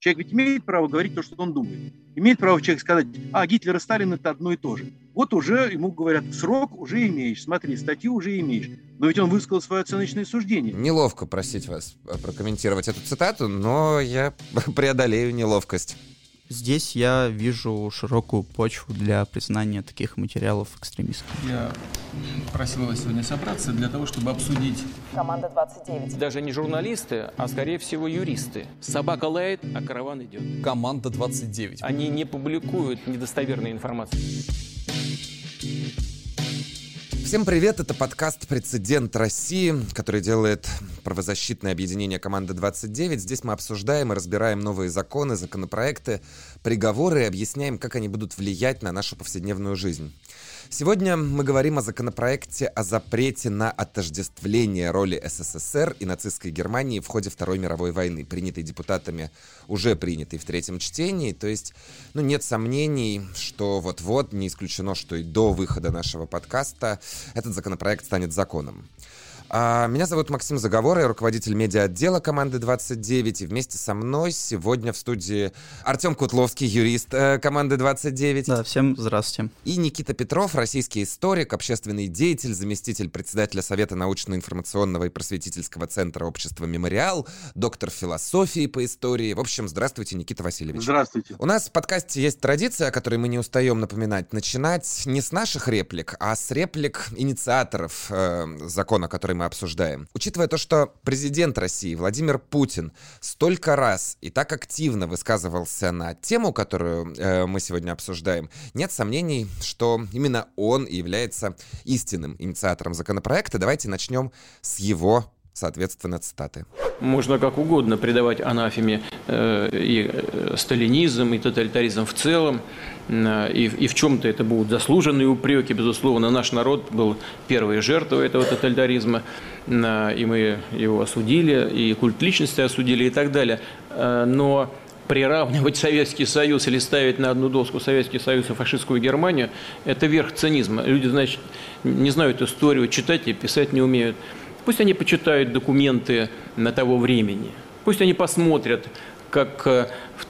Человек ведь имеет право говорить то, что он думает. Имеет право человек сказать, Гитлер и Сталин – это одно и то же. Вот уже ему говорят, срок уже имеешь, смотри, статью уже имеешь. Но ведь он высказал свое оценочное суждение. Неловко просить вас прокомментировать эту цитату, но я преодолею неловкость. Здесь я вижу широкую почву для признания таких материалов экстремистскими. Я просил вас сегодня собраться для того, чтобы обсудить... Команда 29. Даже не журналисты, а скорее всего юристы. Собака лает, а караван идет. Команда 29. Они не публикуют недостоверной информации. Всем привет, это подкаст «Прецедент России», который делает правозащитное объединение «Команда 29». Здесь мы обсуждаем и разбираем новые законы, законопроекты, приговоры и объясняем, как они будут влиять на нашу повседневную жизнь. Сегодня мы говорим о законопроекте о запрете на отождествление роли СССР и нацистской Германии в ходе Второй мировой войны, принятый депутатами, уже принятый в третьем чтении. То есть, нет сомнений, что вот-вот, не исключено, что и до выхода нашего подкаста этот законопроект станет законом. Меня зовут Максим Заговор, я руководитель медиа-отдела команды 29, и вместе со мной сегодня в студии Артем Кутловский, юрист команды 29. Да, всем здравствуйте. И Никита Петров, российский историк, общественный деятель, заместитель председателя Совета научно-информационного и просветительского центра общества «Мемориал», доктор философии по истории. В общем, здравствуйте, Никита Васильевич. Здравствуйте. У нас в подкасте есть традиция, о которой мы не устаем напоминать, начинать не с наших реплик, а с реплик инициаторов закона, который мы обсуждаем. Учитывая то, что президент России Владимир Путин столько раз и так активно высказывался на тему, которую мы сегодня обсуждаем, нет сомнений, что именно он и является истинным инициатором законопроекта. Давайте начнем с его, соответственно, цитаты. Можно как угодно придавать анафеме и сталинизм, и тоталитаризм в целом. И в чем-то это будут заслуженные упреки, безусловно. Наш народ был первой жертвой этого тоталитаризма, и мы его осудили, и культ личности осудили, и так далее. Но приравнивать Советский Союз или ставить на одну доску Советский Союз и фашистскую Германию – это верх цинизма. Люди, значит, не знают историю, читать и писать не умеют. Пусть они почитают документы на того времени, пусть они посмотрят, как в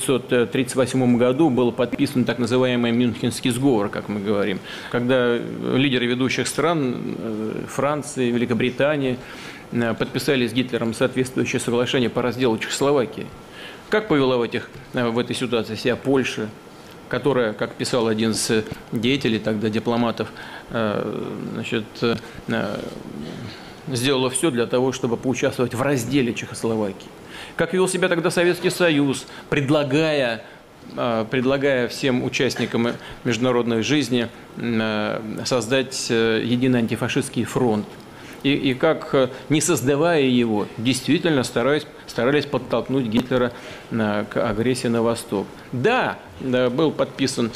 1938 году был подписан так называемый Мюнхенский сговор, как мы говорим, когда лидеры ведущих стран Франции, Великобритании подписали с Гитлером соответствующее соглашение по разделу Чехословакии. Как повела в этой ситуации себя Польша, которая, как писал один из деятелей, тогда дипломатов, сделала все для того, чтобы поучаствовать в разделе Чехословакии. Как вел себя тогда Советский Союз, предлагая всем участникам международной жизни создать единый антифашистский фронт. И как, не создавая его, действительно старались подтолкнуть Гитлера к агрессии на восток. Да, был подписан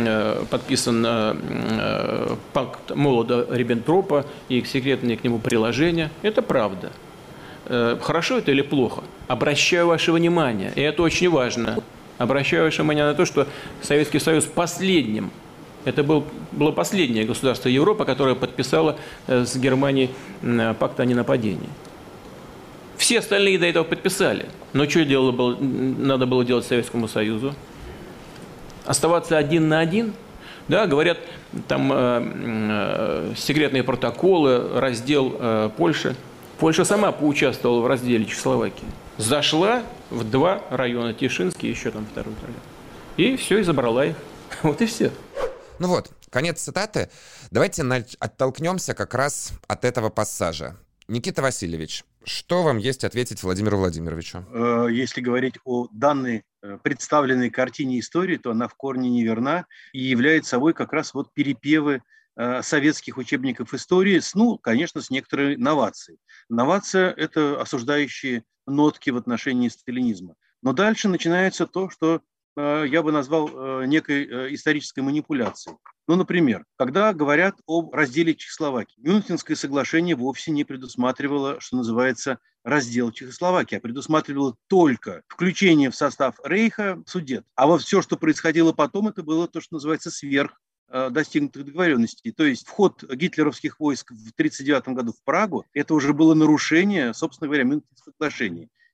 пакт Молотова-Риббентропа и секретные к нему приложения. Это правда. Хорошо это или плохо? Обращаю ваше внимание, и это очень важно, обращаю ваше внимание на то, что Советский Союз последним, это было последнее государство Европы, которое подписало с Германией пакт о ненападении. Все остальные до этого подписали. Но что надо было делать Советскому Союзу? Оставаться один на один? Да, говорят, там секретные протоколы, раздел Польши. Польша сама поучаствовала в разделе Чехословакии. Зашла в 2 района, Тишинский и еще там 2 район. И все, и забрала их. Вот и все. Конец цитаты. Давайте оттолкнемся как раз от этого пассажа. Никита Васильевич, что вам есть ответить Владимиру Владимировичу? Если говорить о данной представленной картине истории, то она в корне неверна и является собой как раз перепевы советских учебников истории, конечно, с некоторой новацией. Новация – это осуждающие нотки в отношении сталинизма. Но дальше начинается то, что я бы назвал некой исторической манипуляцией. Например, когда говорят о разделе Чехословакии, Мюнхенское соглашение вовсе не предусматривало, что называется, раздел Чехословакии, а предусматривало только включение в состав Рейха Судет. А все, что происходило потом, это было то, что называется сверх достигнутых договоренностей. То есть вход гитлеровских войск в 1939 году в Прагу, это уже было нарушение, собственно говоря, Мюнхенских соглашений.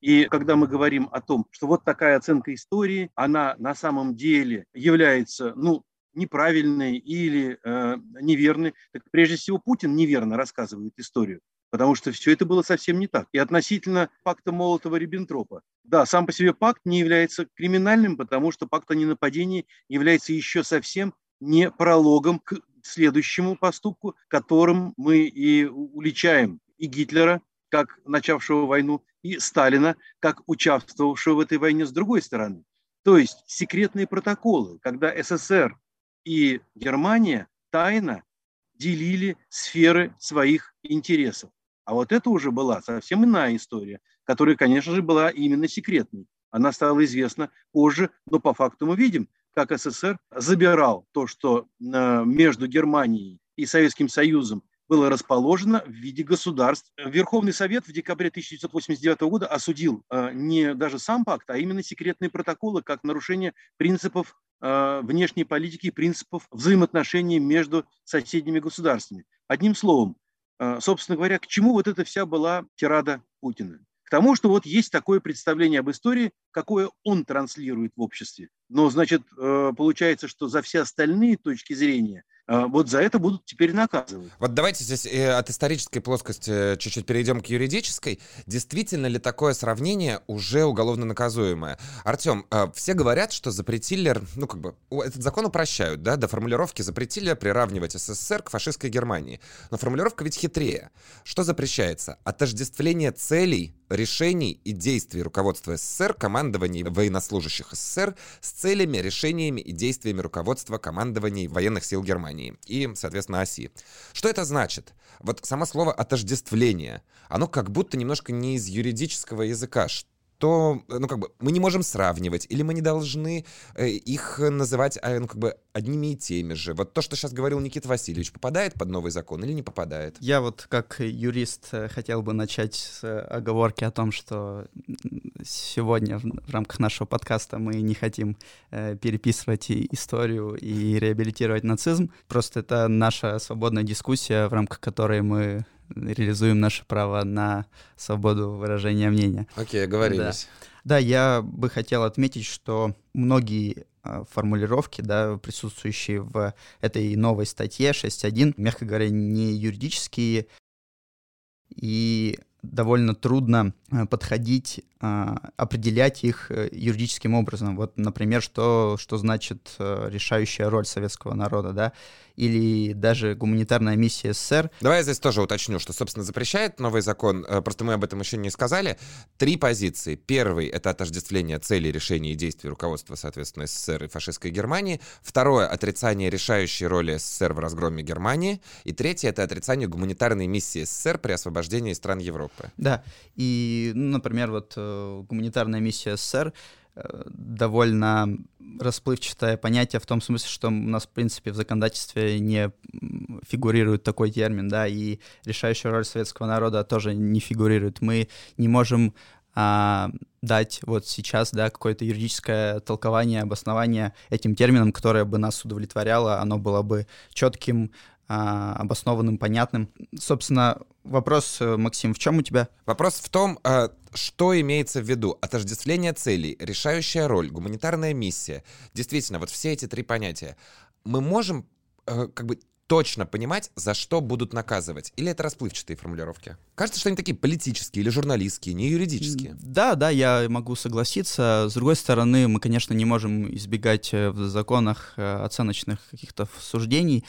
И когда мы говорим о том, что вот такая оценка истории, она на самом деле является, неправильной или неверной, так прежде всего Путин неверно рассказывает историю. Потому что все это было совсем не так. И относительно пакта Молотова-Риббентропа. Да, сам по себе пакт не является криминальным, потому что пакт о ненападении является еще совсем не прологом к следующему поступку, которым мы и уличаем и Гитлера, как начавшего войну, и Сталина, как участвовавшего в этой войне с другой стороны. То есть секретные протоколы, когда СССР и Германия тайно делили сферы своих интересов. А вот это уже была совсем иная история, которая, конечно же, была именно секретной. Она стала известна позже, но по факту мы видим, как СССР забирал то, что между Германией и Советским Союзом было расположено в виде государств. Верховный Совет в декабре 1989 года осудил не даже сам пакт, а именно секретные протоколы как нарушение принципов внешней политики и принципов взаимоотношений между соседними государствами. Одним словом, собственно говоря, к чему вот эта вся была тирада Путина? К тому, что вот есть такое представление об истории, какое он транслирует в обществе. Но, значит, получается, что за все остальные точки зрения вот за это будут теперь наказывать. Вот давайте здесь от исторической плоскости чуть-чуть перейдем к юридической. Действительно ли такое сравнение уже уголовно наказуемое? Артем, все говорят, что запретили, этот закон упрощают, да, до формулировки запретили приравнивать СССР к фашистской Германии. Но формулировка ведь хитрее. Что запрещается? Отождествление целей, решений и действий руководства СССР, командований военнослужащих СССР с целями, решениями и действиями руководства командований военных сил Германии и, соответственно, оси. Что это значит? Вот само слово «отождествление», оно как будто немножко не из юридического языка. Что, мы не можем сравнивать, или мы не должны их называть одними и теми же. Вот то, что сейчас говорил Никита Васильевич, попадает под новый закон или не попадает? Я вот как юрист хотел бы начать с оговорки о том, что сегодня в рамках нашего подкаста мы не хотим переписывать историю и реабилитировать нацизм. Просто это наша свободная дискуссия, в рамках которой мы реализуем наше право на свободу выражения мнения. Окей, оговорились. Да, я бы хотел отметить, что многие формулировки, да, присутствующие в этой новой статье 6.1, мягко говоря, не юридические, и довольно трудно подходить, определять их юридическим образом. Вот, например, что значит решающая роль советского народа, да, или даже гуманитарная миссия СССР. Давай я здесь тоже уточню, что, собственно, запрещает новый закон, просто мы об этом еще не сказали. 3 позиции. Первый — это отождествление целей, решений и действий руководства, соответственно, СССР и фашистской Германии. Второе — отрицание решающей роли СССР в разгроме Германии. И третье — это отрицание гуманитарной миссии СССР при освобождении стран Европы. Да, и, например, вот гуманитарная миссия СССР довольно расплывчатое понятие в том смысле, что у нас, в принципе, в законодательстве не фигурирует такой термин, да, и решающая роль советского народа тоже не фигурирует. Мы не можем дать вот сейчас, да, какое-то юридическое толкование, обоснование этим терминам, которое бы нас удовлетворяло, оно было бы четким, обоснованным, понятным. Собственно, вопрос, Максим, в чем у тебя? Вопрос в том, что имеется в виду. Отождествление целей, решающая роль, гуманитарная миссия. Действительно, вот все эти 3 понятия. Мы можем точно понимать, за что будут наказывать? Или это расплывчатые формулировки? Кажется, что они такие политические или журналистские, не юридические. Да, я могу согласиться. С другой стороны, мы, конечно, не можем избегать в законах оценочных каких-то суждений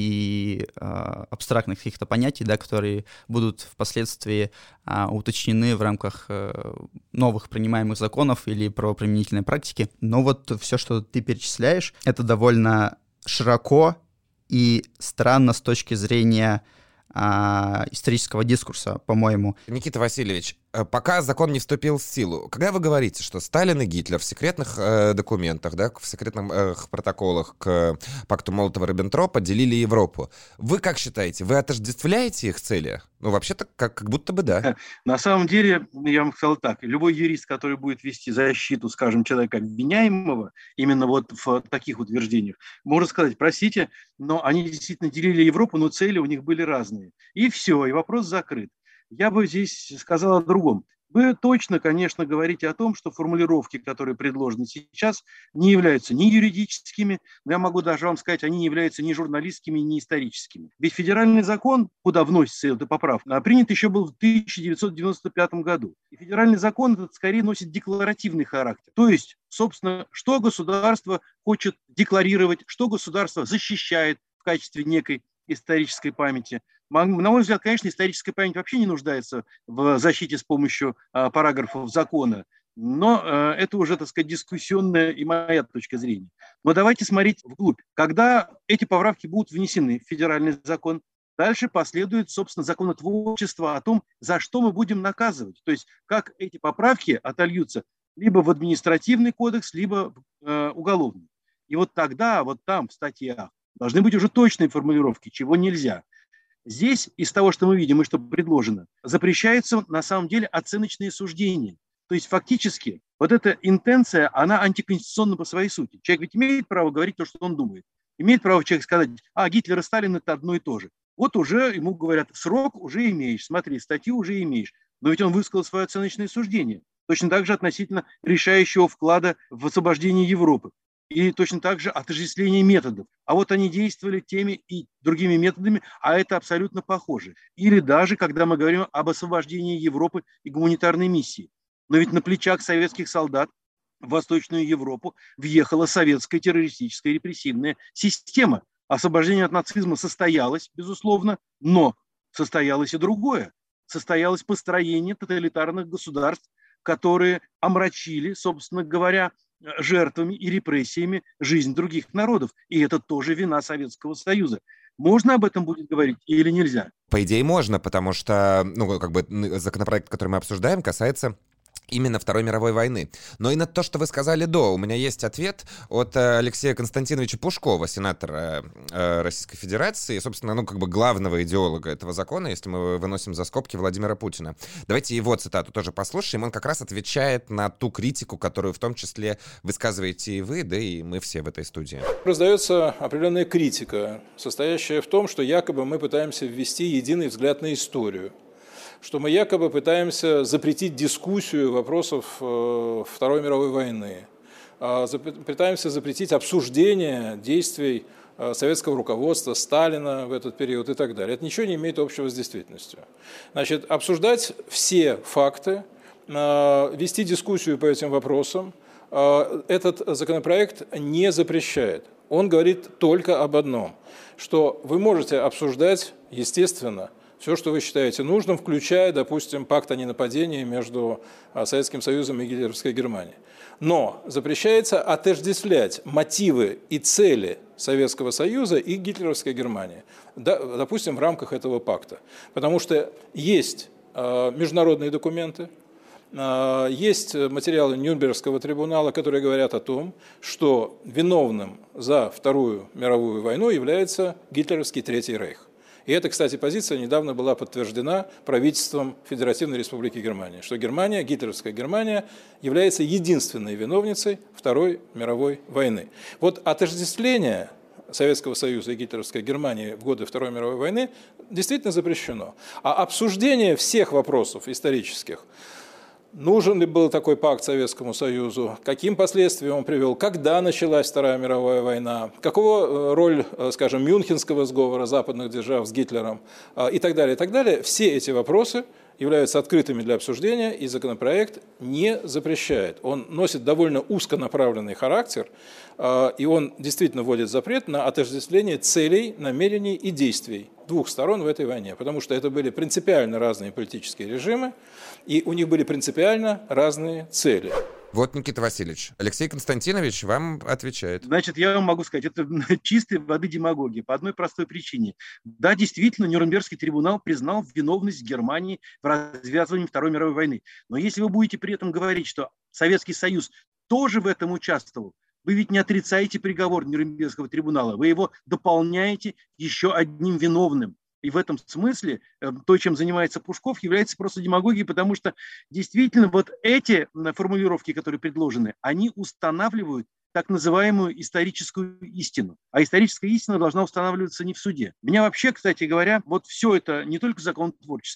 и абстрактных каких-то понятий, да, которые будут впоследствии уточнены в рамках новых принимаемых законов или правоприменительной практики. Но вот все, что ты перечисляешь, это довольно широко и странно с точки зрения исторического дискурса, по-моему. Никита Васильевич, пока закон не вступил в силу, когда вы говорите, что Сталин и Гитлер в секретных документах, да, в секретных протоколах к пакту Молотова-Риббентропа делили Европу, вы как считаете, вы отождествляете их цели? Вообще-то как будто бы да. На самом деле, я вам сказал так, любой юрист, который будет вести защиту, скажем, человека обвиняемого, именно вот в таких утверждениях, может сказать, простите, но они действительно делили Европу, но цели у них были разные. И все, и вопрос закрыт. Я бы здесь сказал о другом. Вы точно, конечно, говорите о том, что формулировки, которые предложены сейчас, не являются ни юридическими, но я могу даже вам сказать, они не являются ни журналистскими, ни историческими. Ведь федеральный закон, куда вносится эта поправка, принят еще был в 1995 году. И федеральный закон этот скорее носит декларативный характер. То есть, собственно, что государство хочет декларировать, что государство защищает в качестве некой исторической памяти. На мой взгляд, конечно, историческая память вообще не нуждается в защите с помощью параграфов закона, но это уже, так сказать, дискуссионная и моя точка зрения. Но давайте смотреть вглубь. Когда эти поправки будут внесены в федеральный закон, дальше последует, собственно, законотворчество о том, за что мы будем наказывать. То есть, как эти поправки отольются либо в административный кодекс, либо в уголовный. И вот тогда, вот там, в статьях, должны быть уже точные формулировки, чего нельзя. Здесь, из того, что мы видим и что предложено, запрещается на самом деле оценочные суждения. То есть фактически вот эта интенция, она антиконституционна по своей сути. Человек ведь имеет право говорить то, что он думает. Имеет право человек сказать, Гитлер и Сталин – это одно и то же. Вот уже ему говорят, срок уже имеешь, смотри, статью уже имеешь. Но ведь он высказал свое оценочное суждение. Точно так же относительно решающего вклада в освобождение Европы. И точно так же отождествление методов. А вот они действовали теми и другими методами, а это абсолютно похоже. Или даже, когда мы говорим об освобождении Европы и гуманитарной миссии. Но ведь на плечах советских солдат в Восточную Европу въехала советская террористическая репрессивная система. Освобождение от нацизма состоялось, безусловно, но состоялось и другое. Состоялось построение тоталитарных государств, которые омрачили, собственно говоря, жертвами и репрессиями жизнь других народов. И это тоже вина Советского Союза. Можно об этом будет говорить или нельзя? По идее, можно, потому что законопроект, который мы обсуждаем, касается именно Второй мировой войны. Но и на то, что вы сказали до, у меня есть ответ от Алексея Константиновича Пушкова, сенатора Российской Федерации, собственно, главного идеолога этого закона, если мы выносим за скобки Владимира Путина. Давайте его цитату тоже послушаем. Он как раз отвечает на ту критику, которую в том числе высказываете и вы, да и мы все в этой студии. Раздается определенная критика, состоящая в том, что якобы мы пытаемся ввести единый взгляд на историю, что мы якобы пытаемся запретить дискуссию вопросов Второй мировой войны, пытаемся запретить обсуждение действий советского руководства, Сталина в этот период и так далее. Это ничего не имеет общего с действительностью. Значит, обсуждать все факты, вести дискуссию по этим вопросам этот законопроект не запрещает. Он говорит только об одном, что вы можете обсуждать, естественно, все, что вы считаете нужным, включая, допустим, пакт о ненападении между Советским Союзом и гитлеровской Германией. Но запрещается отождествлять мотивы и цели Советского Союза и гитлеровской Германии, допустим, в рамках этого пакта. Потому что есть международные документы, есть материалы Нюрнбергского трибунала, которые говорят о том, что виновным за Вторую мировую войну является гитлеровский Третий Рейх. И эта, кстати, позиция недавно была подтверждена правительством Федеративной Республики Германия, что Германия, гитлеровская Германия, является единственной виновницей Второй мировой войны. Вот отождествление Советского Союза и гитлеровской Германии в годы Второй мировой войны действительно запрещено. А обсуждение всех вопросов исторических, нужен ли был такой пакт Советскому Союзу, каким последствиям он привел, когда началась Вторая мировая война, какова роль, скажем, Мюнхенского сговора западных держав с Гитлером и так далее, все эти вопросы являются открытыми для обсуждения, и законопроект не запрещает. Он носит довольно узконаправленный характер, и он действительно вводит запрет на отождествление целей, намерений и действий двух сторон в этой войне, потому что это были принципиально разные политические режимы, и у них были принципиально разные цели. Вот, Никита Васильевич, Алексей Константинович вам отвечает. Значит, я вам могу сказать, это чистой воды демагогия по одной простой причине. Да, действительно, Нюрнбергский трибунал признал виновность Германии в развязывании Второй мировой войны. Но если вы будете при этом говорить, что Советский Союз тоже в этом участвовал, вы ведь не отрицаете приговор Нюрнбергского трибунала, вы его дополняете еще одним виновным. И в этом смысле то, чем занимается Пушков, является просто демагогией, потому что действительно вот эти формулировки, которые предложены, они устанавливают так называемую историческую истину. А историческая истина должна устанавливаться не в суде. Меня вообще, кстати говоря, вот все это не только законотворчество,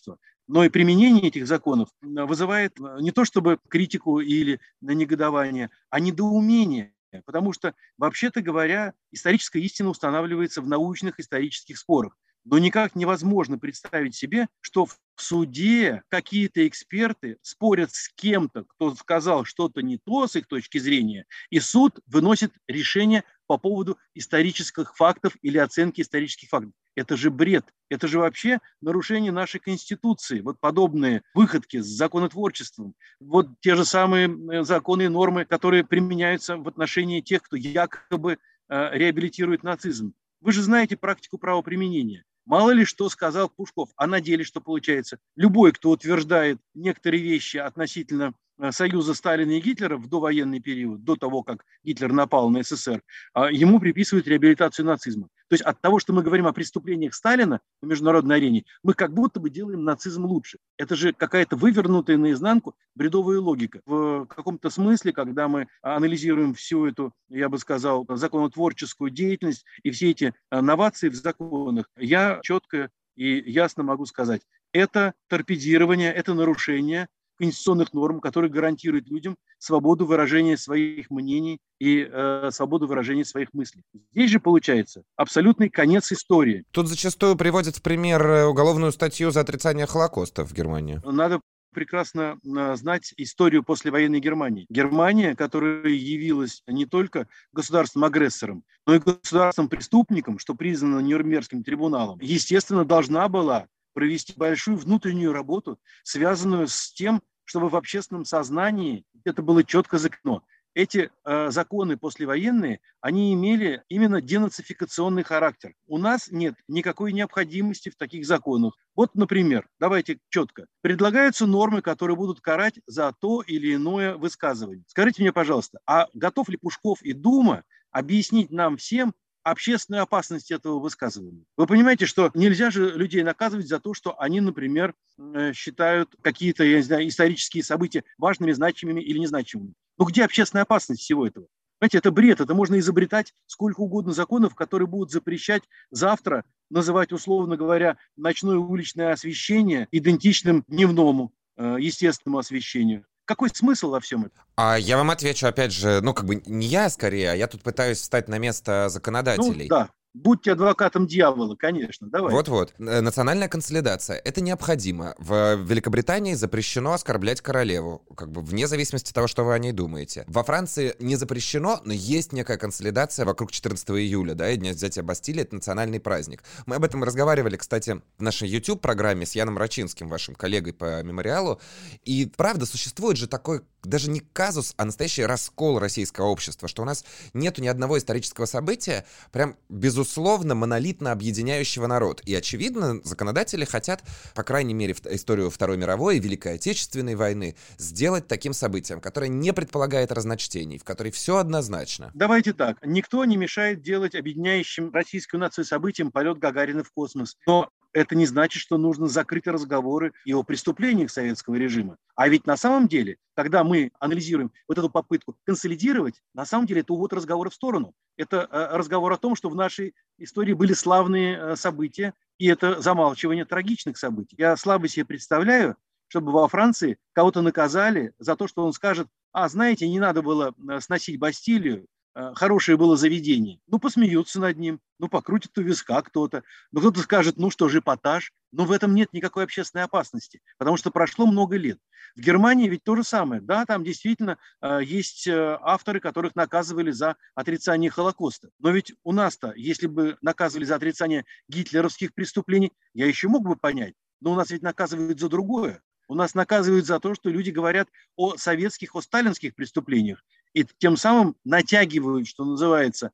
но и применение этих законов вызывает не то чтобы критику или негодование, а недоумение. Потому что, вообще-то говоря, историческая истина устанавливается в научных исторических спорах. Но никак невозможно представить себе, что в суде какие-то эксперты спорят с кем-то, кто сказал что-то не то с их точки зрения, и суд выносит решение по поводу исторических фактов или оценки исторических фактов. Это же бред, это же вообще нарушение нашей Конституции. Вот подобные выходки с законотворчеством, вот те же самые законы и нормы, которые применяются в отношении тех, кто якобы реабилитирует нацизм. Вы же знаете практику правоприменения. Мало ли что сказал Пушков, а на деле что получается? Любой, кто утверждает некоторые вещи относительно союза Сталина и Гитлера в довоенный период, до того, как Гитлер напал на СССР, ему приписывают реабилитацию нацизма. То есть от того, что мы говорим о преступлениях Сталина на международной арене, мы как будто бы делаем нацизм лучше. Это же какая-то вывернутая наизнанку бредовая логика. В каком-то смысле, когда мы анализируем всю эту, я бы сказал, законотворческую деятельность и все эти новации в законах, я четко и ясно могу сказать, это торпедирование, это нарушение конституционных норм, которые гарантируют людям свободу выражения своих мнений и свободу выражения своих мыслей. Здесь же получается абсолютный конец истории. Тут зачастую приводят в пример уголовную статью за отрицание Холокоста в Германии. Надо прекрасно знать историю послевоенной Германии. Германия, которая явилась не только государством-агрессором, но и государством-преступником, что признано Нюрнбергским трибуналом, естественно, должна была провести большую внутреннюю работу, связанную с тем, чтобы в общественном сознании это было четко закреплено. Эти законы послевоенные, они имели именно денацификационный характер. У нас нет никакой необходимости в таких законах. Вот, например, давайте четко. Предлагаются нормы, которые будут карать за то или иное высказывание. Скажите мне, пожалуйста, а готов ли Пушков и Дума объяснить нам всем общественную опасность этого высказывания? Вы понимаете, что нельзя же людей наказывать за то, что они, например, считают какие-то, я не знаю, исторические события важными, значимыми или незначимыми. Ну где общественная опасность всего этого? Понимаете, это бред, это можно изобретать сколько угодно законов, которые будут запрещать завтра называть, условно говоря, ночное уличное освещение идентичным дневному естественному освещению. Какой смысл во всем этом? А я вам отвечу, опять же, не я скорее, а я тут пытаюсь встать на место законодателей. Да. Будьте адвокатом дьявола, конечно, давай. Вот-вот. Национальная консолидация. Это необходимо. В Великобритании запрещено оскорблять королеву, вне зависимости от того, что вы о ней думаете. Во Франции не запрещено, но есть некая консолидация вокруг 14 июля, и Дня взятия Бастилии, это национальный праздник. Мы об этом разговаривали, кстати, в нашей YouTube-программе с Яном Рачинским, вашим коллегой по мемориалу. И правда, существует же такой, даже не казус, а настоящий раскол российского общества, что у нас нету ни одного исторического события, прям безусловно монолитно объединяющего народ. И, очевидно, законодатели хотят, по крайней мере, историю Второй мировой и Великой Отечественной войны сделать таким событием, которое не предполагает разночтений, в которой все однозначно. Давайте так. Никто не мешает делать объединяющим российскую нацию событием полет Гагарина в космос. Но это не значит, что нужно закрыть разговоры и о преступлениях советского режима. А ведь на самом деле, когда мы анализируем вот эту попытку консолидировать, на самом деле это увод разговора в сторону. Это разговор о том, что в нашей истории были славные события, и это замалчивание трагичных событий. Я слабо себе представляю, чтобы во Франции кого-то наказали за то, что он скажет: знаете, не надо было сносить Бастилию, хорошее было заведение. Посмеются над ним, покрутит у виска кто-то. Кто-то скажет, что же эпатаж. Но в этом нет никакой общественной опасности, потому что прошло много лет. В Германии ведь то же самое. Да, там действительно есть авторы, которых наказывали за отрицание Холокоста. Но ведь у нас-то, если бы наказывали за отрицание гитлеровских преступлений, я еще мог бы понять. Но у нас ведь наказывают за другое. У нас наказывают за то, что люди говорят о советских, о сталинских преступлениях. И тем самым натягивают, что называется,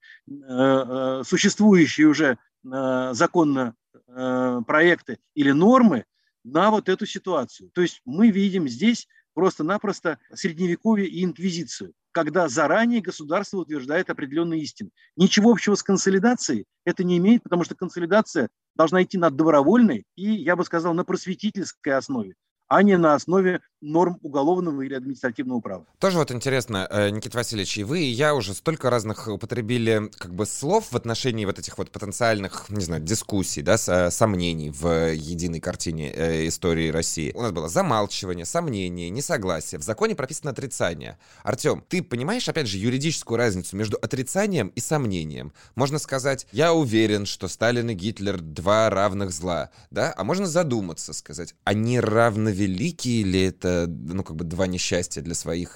существующие уже законно проекты или нормы на вот эту ситуацию. То есть мы видим здесь просто-напросто средневековье и инквизицию, когда заранее государство утверждает определенные истины. Ничего общего с консолидацией это не имеет, потому что консолидация должна идти на добровольной и, я бы сказал, на просветительской основе. а не на основе норм уголовного или административного права. Тоже вот интересно, Никита Васильевич, и вы, и я уже столько разных употребили как бы слов в отношении вот этих вот потенциальных, не знаю, дискуссий, да, сомнений в единой картине истории России. У нас было замалчивание, сомнение, несогласие. В законе прописано отрицание. Артем, ты понимаешь, опять же, юридическую разницу между отрицанием и сомнением? Можно сказать, я уверен, что Сталин и Гитлер два равных зла, да? А можно задуматься, сказать, они равновеликие ли это, ну, как бы два несчастья для своих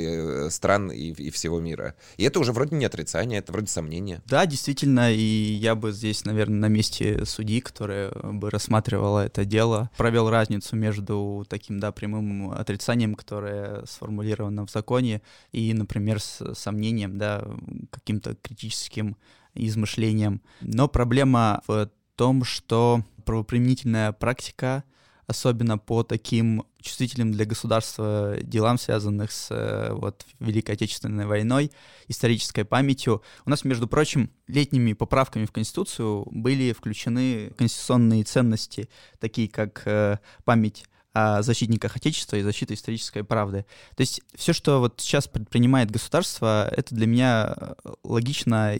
и стран, и всего мира. И это уже вроде не отрицание, это вроде сомнение. Да, действительно, и я бы здесь, наверное, на месте судьи, которая бы рассматривала это дело, провел разницу между таким, да, прямым отрицанием, которое сформулировано в законе, и, например, с сомнением, да, каким-то критическим измышлением. Но проблема в том, что правоприменительная практика, особенно по таким чувствительным для государства делам, связанных с вот, Великой Отечественной войной, исторической памятью. У нас, между прочим, летними поправками в Конституцию были включены конституционные ценности, такие как память о защитниках Отечества и защита исторической правды. То есть все, что вот сейчас предпринимает государство, это для меня логично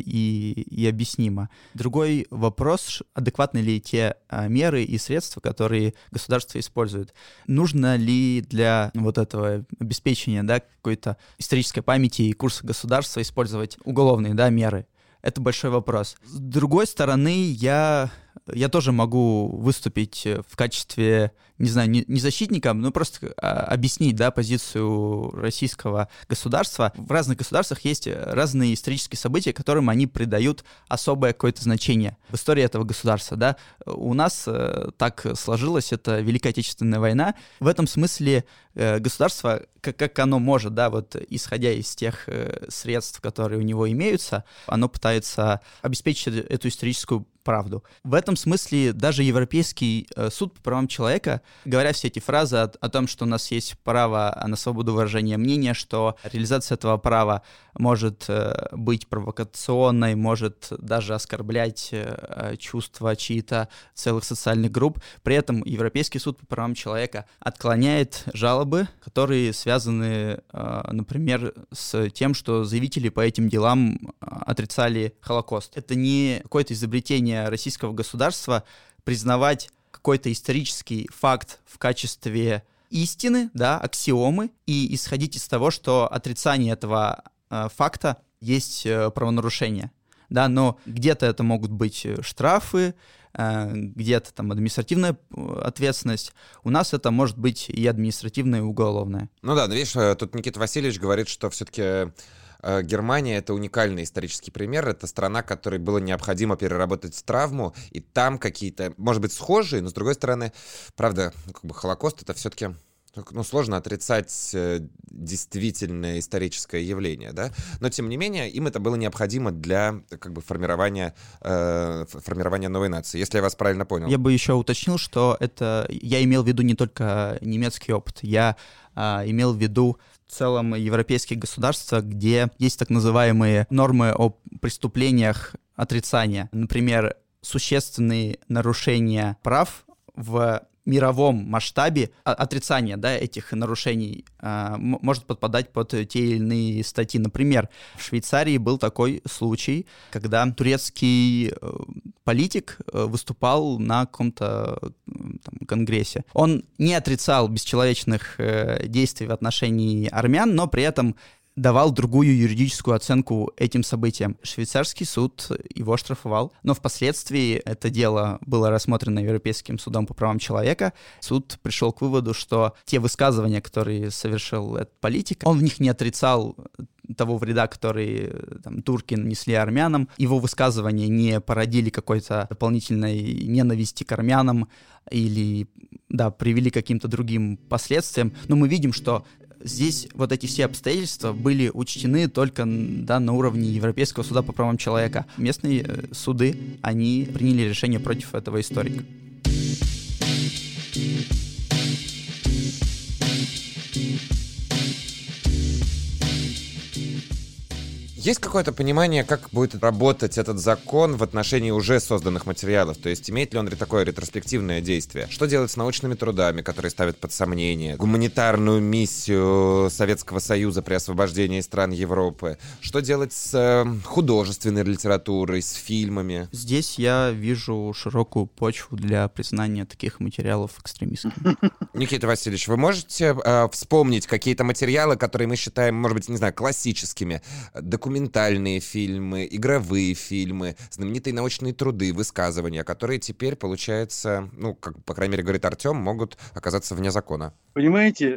и объяснимо. Другой вопрос, адекватны ли те меры и средства, которые государство использует. Нужно ли для вот этого обеспечения, да, какой-то исторической памяти и курса государства использовать уголовные, да, меры? Это большой вопрос. С другой стороны, я тоже могу выступить в качестве, не знаю, не защитником, но просто объяснить, да, позицию российского государства. В разных государствах есть разные исторические события, которым они придают особое какое-то значение в истории этого государства, да. У нас так сложилось, это Великая Отечественная война. В этом смысле государство, как оно может, да, вот исходя из тех средств, которые у него имеются, оно пытается обеспечить эту историческую правду. В этом смысле даже Европейский суд по правам человека, говоря все эти фразы о том, что у нас есть право на свободу выражения мнения, что реализация этого права может быть провокационной, может даже оскорблять чувства чьи-то целых социальных групп. При этом Европейский суд по правам человека отклоняет жалобы, которые связаны, например, с тем, что заявители по этим делам отрицали Холокост. Это не какое-то изобретение российского государства признавать какой-то исторический факт в качестве истины, да, аксиомы, и исходить из того, что отрицание этого факта есть правонарушение. Да, но где-то это могут быть штрафы, где-то там административная ответственность. У нас это может быть и административная, и уголовная. Ну да, но видишь, тут Никита Васильевич говорит, что все-таки Германия — это уникальный исторический пример. Это страна, которой было необходимо переработать травму, и там какие-то, может быть, схожие, но, с другой стороны, правда, как бы Холокост — это все-таки, ну, сложно отрицать действительное историческое явление, да? Но, тем не менее, им это было необходимо для, как бы, формирования новой нации, если я вас правильно понял. Я бы еще уточнил, что это... Я имел в виду не только немецкий опыт, я имел в виду в целом европейские государства, где есть так называемые нормы о преступлениях отрицания. Например, существенные нарушения прав в мировом масштабе, отрицание, да, этих нарушений может подпадать под те или иные статьи. Например, в Швейцарии был такой случай, когда турецкий политик выступал на каком-то там конгрессе. Он не отрицал бесчеловечных действий в отношении армян, но при этом давал другую юридическую оценку этим событиям. Швейцарский суд его оштрафовал, но впоследствии это дело было рассмотрено Европейским судом по правам человека. Суд пришел к выводу, что те высказывания, которые совершил этот политик, он в них не отрицал того вреда, который там, турки нанесли армянам. Его высказывания не породили какой-то дополнительной ненависти к армянам или, да, привели к каким-то другим последствиям. Но мы видим, что здесь вот эти все обстоятельства были учтены только, да, на уровне Европейского суда по правам человека. Местные суды, они приняли решение против этого историка. Есть какое-то понимание, как будет работать этот закон в отношении уже созданных материалов? То есть имеет ли он такое ретроспективное действие? Что делать с научными трудами, которые ставят под сомнение гуманитарную миссию Советского Союза при освобождении стран Европы? Что делать с художественной литературой, с фильмами? Здесь я вижу широкую почву для признания таких материалов экстремистскими. Никита Васильевич, вы можете вспомнить какие-то материалы, которые мы считаем, может быть, не знаю, классическими? Документальные фильмы, игровые фильмы, знаменитые научные труды, высказывания, которые теперь, получается, ну, как, по крайней мере, говорит Артем, могут оказаться вне закона. Понимаете,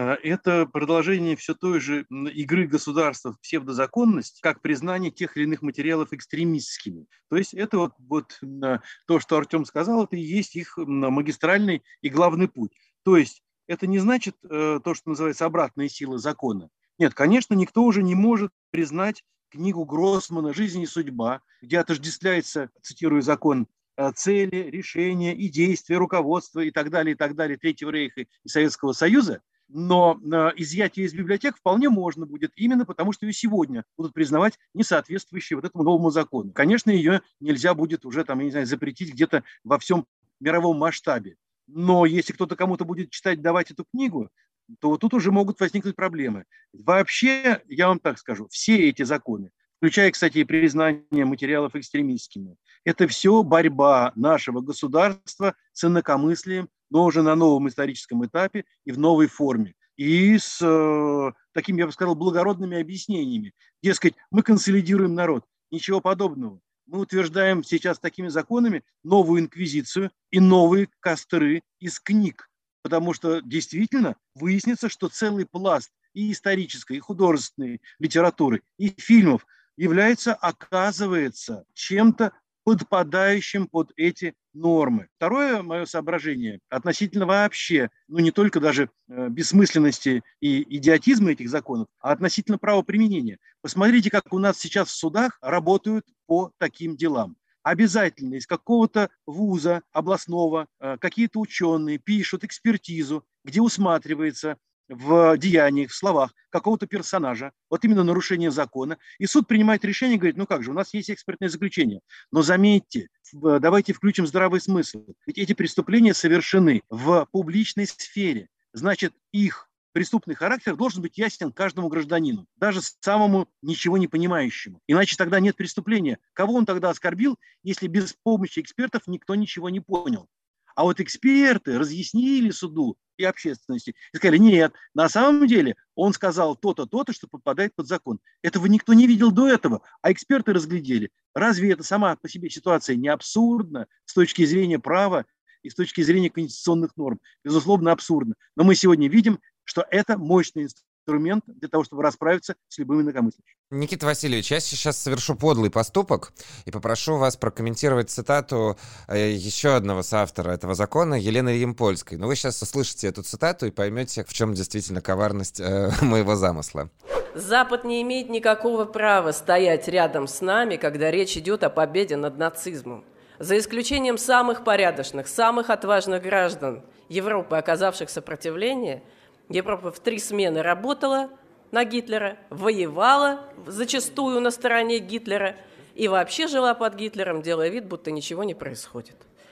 это продолжение все той же игры государства в псевдозаконность, как признание тех или иных материалов экстремистскими. То есть это вот то, что Артем сказал, это и есть их магистральный и главный путь. То есть это не значит то, что называется обратная сила закона. Нет, конечно, никто уже не может признать книгу Гроссмана «Жизнь и судьба», где отождествляется, цитирую закон, цели, решения и действия, руководства и так далее, Третьего рейха и Советского Союза. Но изъятие из библиотек вполне можно будет, именно потому что ее сегодня будут признавать несоответствующей вот этому новому закону. Конечно, ее нельзя будет уже там, я не знаю, запретить где-то во всем мировом масштабе. Но если кто-то кому-то будет читать, давать эту книгу, то тут уже могут возникнуть проблемы. Вообще, я вам так скажу, все эти законы, включая, кстати, и признание материалов экстремистскими, это все борьба нашего государства с инакомыслием, но уже на новом историческом этапе и в новой форме. И с такими, я бы сказал, благородными объяснениями. Дескать, мы консолидируем народ. Ничего подобного. Мы утверждаем сейчас такими законами новую инквизицию и новые костры из книг. Потому что действительно выяснится, что целый пласт и исторической, и художественной литературы, и фильмов является, оказывается, чем-то подпадающим под эти нормы. Второе мое соображение относительно вообще, ну не только даже бессмысленности и идиотизма этих законов, а относительно правоприменения. Посмотрите, как у нас сейчас в судах работают по таким делам. Обязательно из какого-то вуза областного какие-то ученые пишут экспертизу, где усматривается в деяниях, в словах какого-то персонажа, вот именно нарушение закона, и суд принимает решение и говорит, ну как же, у нас есть экспертное заключение. Но заметьте, давайте включим здравый смысл. Ведь эти преступления совершены в публичной сфере. Значит, их преступный характер должен быть ясен каждому гражданину, даже самому ничего не понимающему. Иначе тогда нет преступления. Кого он тогда оскорбил, если без помощи экспертов никто ничего не понял? А вот эксперты разъяснили суду и общественности и сказали, нет, на самом деле он сказал то-то, то-то, что попадает под закон. Этого никто не видел до этого, а эксперты разглядели. Разве это сама по себе ситуация не абсурдна с точки зрения права и с точки зрения конституционных норм? Безусловно, абсурдно. Но мы сегодня видим, что это мощный инструмент для того, чтобы расправиться с любыми инакомыслящими. Никита Васильевич, я сейчас совершу подлый поступок и попрошу вас прокомментировать цитату еще одного соавтора этого закона, Елены Ямпольской. Но вы сейчас услышите эту цитату и поймете, в чем действительно коварность моего замысла. Запад не имеет никакого права стоять рядом с нами, когда речь идет о победе над нацизмом. За исключением самых порядочных, самых отважных граждан Европы, оказавших сопротивление, Европа в 3 смены работала на Гитлера, воевала зачастую на стороне Гитлера и вообще жила под Гитлером, делая вид, будто ничего не происходит.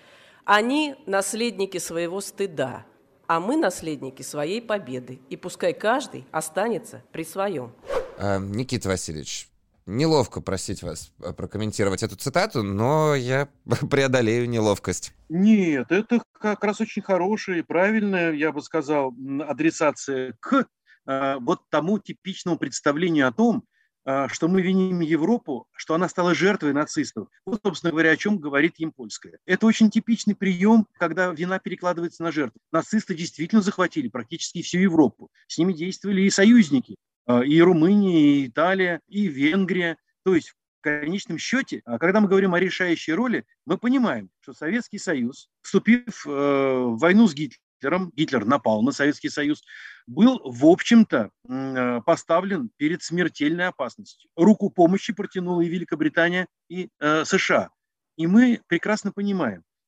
Они наследники своего стыда, а мы наследники своей победы. И пускай каждый останется при своем. Никита Васильевич, неловко просить вас прокомментировать эту цитату, но я преодолею неловкость. Нет, это как раз очень хорошая и правильная, я бы сказал, адресация к вот тому типичному представлению о том, что мы виним Европу, что она стала жертвой нацистов. Вот, собственно говоря, о чем говорит Ямпольская. Это очень типичный прием, когда вина перекладывается на жертву. Нацисты действительно захватили практически всю Европу. С ними действовали и союзники. И Румыния, и Италия, и Венгрия. То есть, в конечном счете, когда мы говорим о решающей роли, мы понимаем, что Советский Союз, вступив в войну с Гитлером, Гитлер напал на Советский Союз, был, в общем-то, поставлен перед смертельной опасностью. Руку помощи протянула и Великобритания, и США. И мы прекрасно понимаем,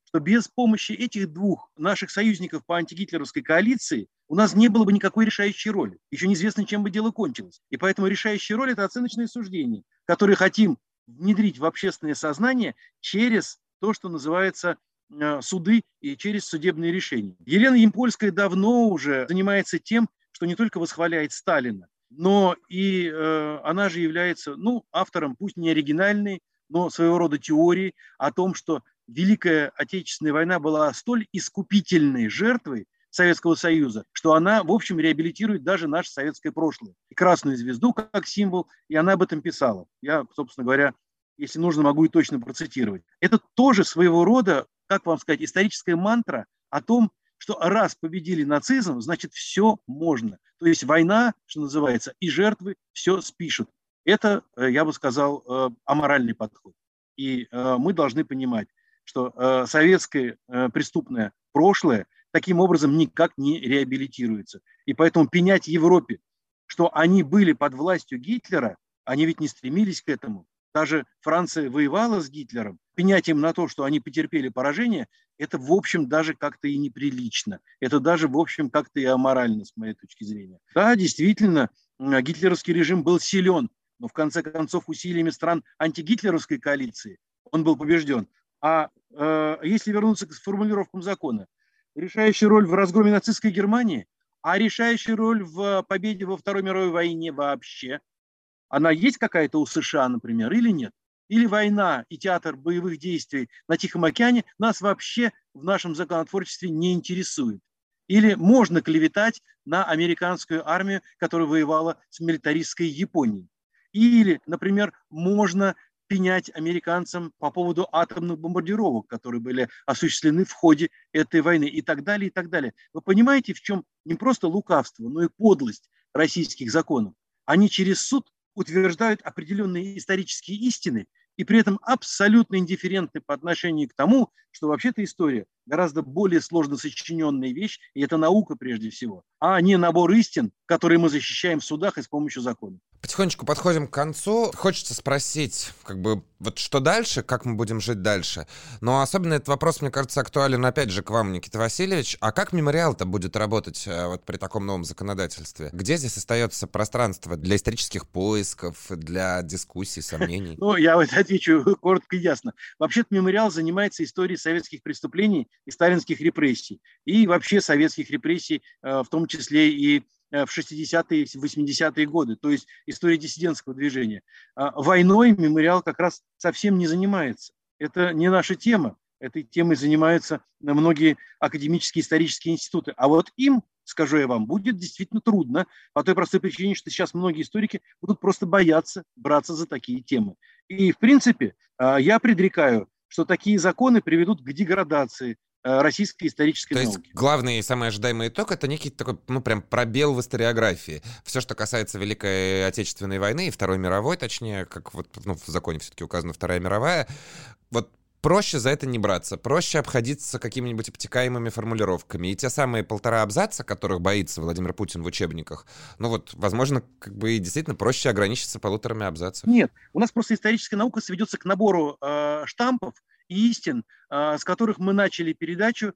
что без помощи этих двух наших союзников по антигитлеровской коалиции у нас не было бы никакой решающей роли. Еще неизвестно, чем бы дело кончилось. И поэтому решающая роль – это оценочные суждения, которые хотим внедрить в общественное сознание через то, что называется суды и через судебные решения. Елена Ямпольская давно уже занимается тем, что не только восхваляет Сталина, но и она же является автором, пусть не оригинальной, но своего рода теории о том, что Великая Отечественная война была столь искупительной жертвой Советского Союза, что она, в общем, реабилитирует даже наше советское прошлое. И красную звезду как символ, и она об этом писала. Я, собственно говоря, если нужно, могу и точно процитировать. Это тоже своего рода, как вам сказать, историческая мантра о том, что раз победили нацизм, значит, все можно. То есть война, что называется, и жертвы все спишут. Это, я бы сказал, аморальный подход. И мы должны понимать, что советское преступное прошлое таким образом никак не реабилитируется. И поэтому пенять Европе, что они были под властью Гитлера, они ведь не стремились к этому. Даже Франция воевала с Гитлером. Пенять им на то, что они потерпели поражение, это, в общем, даже как-то и неприлично. Это даже, в общем, как-то и аморально, с моей точки зрения. Да, действительно, гитлеровский режим был силен, но, в конце концов, усилиями стран антигитлеровской коалиции он был побежден. А если вернуться к формулировкам закона, решающая роль в разгроме нацистской Германии, а решающая роль в победе во Второй мировой войне вообще, она есть какая-то у США, например, или нет? Или война и театр боевых действий на Тихом океане нас вообще в нашем законотворчестве не интересует? Или можно клеветать на американскую армию, которая воевала с милитаристской Японией? Или, например, можно пенять американцам по поводу атомных бомбардировок, которые были осуществлены в ходе этой войны, и так далее, и так далее. Вы понимаете, в чем не просто лукавство, но и подлость российских законов? Они через суд утверждают определенные исторические истины и при этом абсолютно индифферентны по отношению к тому, что вообще-то история гораздо более сложно сочиненная вещь, и это наука прежде всего, а не набор истин, которые мы защищаем в судах и с помощью закона. Потихонечку подходим к концу. Хочется спросить, вот что дальше, как мы будем жить дальше. Но особенно этот вопрос, мне кажется, актуален, опять же, к вам, Никита Васильевич. А как мемориал-то будет работать вот при таком новом законодательстве? Где здесь остается пространство для исторических поисков, для дискуссий, сомнений? Я отвечу коротко и ясно. Вообще-то мемориал занимается историей советских преступлений и сталинских репрессий. И вообще советских репрессий, в том числе и в 60-е, 80-е годы, то есть история диссидентского движения. Войной мемориал как раз совсем не занимается. Это не наша тема. Этой темой занимаются многие академические исторические институты. А вот им, скажу я вам, будет действительно трудно по той простой причине, что сейчас многие историки будут просто бояться браться за такие темы. И, в принципе, я предрекаю, что такие законы приведут к деградации российской исторической науки. То есть главный и самый ожидаемый итог — это некий такой, прям пробел в историографии. Все, что касается Великой Отечественной войны и Второй мировой, точнее, как в законе все-таки указана Вторая мировая, вот проще за это не браться, проще обходиться какими-нибудь обтекаемыми формулировками. И те самые 1,5 абзаца, которых боится Владимир Путин в учебниках, возможно, и действительно проще ограничиться 1,5 абзацев. Нет, у нас просто историческая наука сведется к набору штампов и истин, с которых мы начали передачу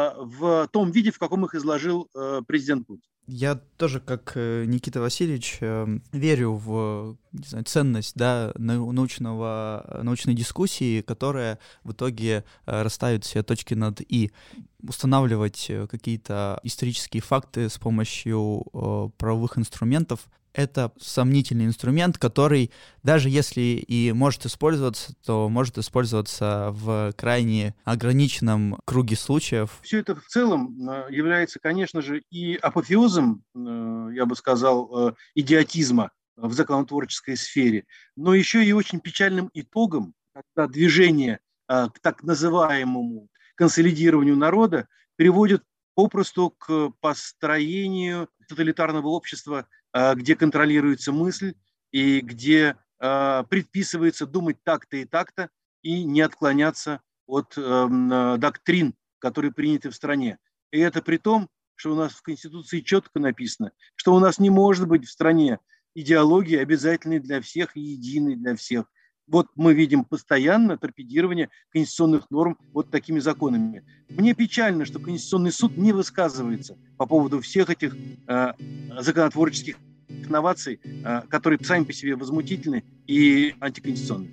в том виде, в каком их изложил президент Путин. Я тоже, как Никита Васильевич, верю в ценность научной дискуссии, которая в итоге расставит все точки над «и». Устанавливать какие-то исторические факты с помощью правовых инструментов — это сомнительный инструмент, который, даже если и может использоваться, то может использоваться в крайне ограниченном круге случаев. Все это в целом является, конечно же, и апофеозом, я бы сказал, идиотизма в законотворческой сфере, но еще и очень печальным итогом, когда движение к так называемому консолидированию народа приводит попросту к построению тоталитарного общества, где контролируется мысль и где предписывается думать так-то и так-то и не отклоняться от доктрин, которые приняты в стране. И это при том, что у нас в Конституции четко написано, что у нас не может быть в стране идеологии обязательной для всех и единой для всех. вот мы видим постоянно торпедирование конституционных норм вот такими законами. Мне печально, что Конституционный суд не высказывается по поводу всех этих законотворческих новаций, которые сами по себе возмутительны и антиконституционны.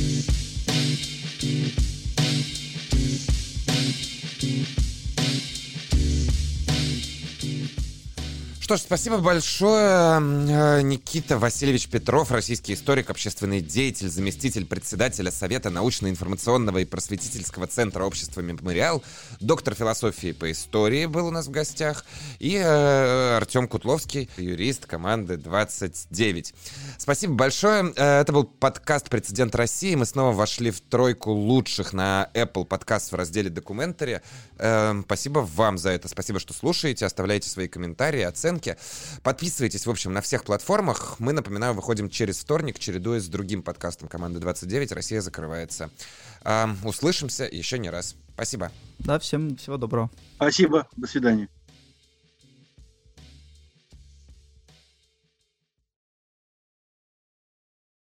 Что ж, спасибо большое. Никита Васильевич Петров, российский историк, общественный деятель, заместитель председателя Совета научно-информационного и просветительского центра общества «Мемориал», доктор философии по истории был у нас в гостях, и Артем Кутловский, юрист команды 29. Спасибо большое. Это был подкаст «Прецедент России». Мы снова вошли в тройку лучших на Apple Podcast в разделе «Документари». Спасибо вам за это. Спасибо, что слушаете, оставляйте свои комментарии, оценки. Подписывайтесь, в общем, на всех платформах. Мы, напоминаю, выходим через вторник, чередуясь с другим подкастом команды 29. Россия закрывается. Услышимся еще не раз. Спасибо. Да, всем всего доброго. Спасибо. До свидания.